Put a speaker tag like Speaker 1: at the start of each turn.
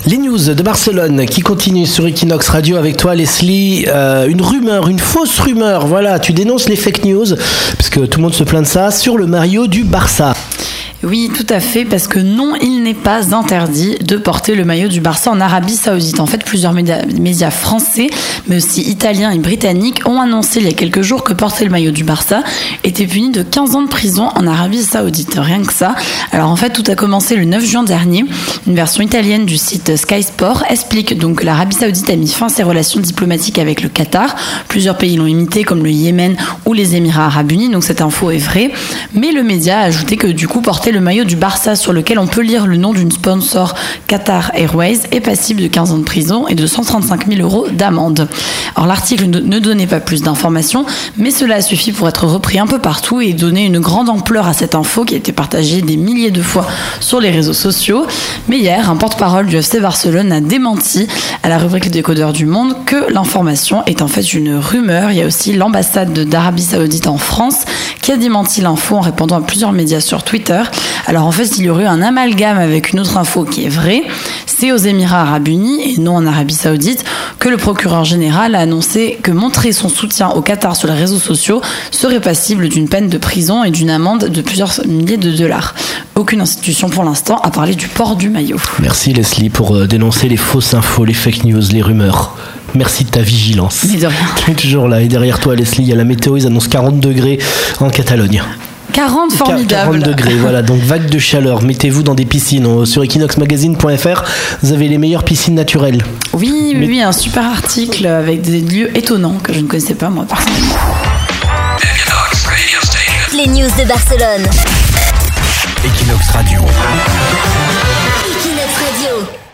Speaker 1: Les news de Barcelone qui continuent sur Equinox Radio avec toi Leslie. Une fausse rumeur, voilà, tu dénonces les fake news, parce que tout le monde se plaint de ça, sur le maillot du Barça.
Speaker 2: Oui, tout à fait, parce que non, il n'est pas interdit de porter le maillot du Barça en Arabie Saoudite. En fait, plusieurs médias français, mais aussi italiens et britanniques, ont annoncé il y a quelques jours que porter le maillot du Barça était puni de 15 ans de prison en Arabie Saoudite. Rien que ça. Alors en fait, tout a commencé le 9 juin dernier. Une version italienne du site Sky Sport explique donc que l'Arabie Saoudite a mis fin à ses relations diplomatiques avec le Qatar. Plusieurs pays l'ont imité, comme le Yémen ou les Émirats Arabes Unis, donc cette info est vraie. Mais le média a ajouté que du coup, porter le maillot du Barça sur lequel on peut lire le nom d'une sponsor Qatar Airways est passible de 15 ans de prison et de 135 000 € d'amende. Alors l'article ne donnait pas plus d'informations, mais cela a suffi pour être repris un peu partout et donner une grande ampleur à cette info qui a été partagée des milliers de fois sur les réseaux sociaux. Mais hier, un porte-parole du FC Barcelone a démenti à la rubrique Décodeur du Monde que l'information est en fait une rumeur. Il y a aussi l'ambassade d'Arabie Saoudite en France qui a démenti l'info en répondant à plusieurs médias sur Twitter. Alors en fait, il y aurait eu un amalgame avec une autre info qui est vraie. C'est aux Émirats Arabes Unis et non en Arabie Saoudite que le procureur général a annoncé que montrer son soutien au Qatar sur les réseaux sociaux serait passible d'une peine de prison et d'une amende de plusieurs milliers de dollars. Aucune institution pour l'instant a parlé du port du maillot.
Speaker 1: Merci Leslie pour dénoncer les fausses infos, les fake news, les rumeurs. Merci de ta vigilance.
Speaker 2: Mais de rien.
Speaker 1: Tu es toujours là. Et derrière toi, Leslie, il y a la météo, ils annoncent 40 degrés en Catalogne.
Speaker 2: 40, formidable.
Speaker 1: 40 degrés, voilà, donc vague de chaleur. Mettez-vous dans des piscines. Sur equinoxmagazine.fr, vous avez les meilleures piscines naturelles.
Speaker 2: Oui, un super article avec des lieux étonnants que je ne connaissais pas, moi, personnellement.
Speaker 3: Les news de Barcelone.
Speaker 4: Equinox Radio.
Speaker 3: Equinox Radio.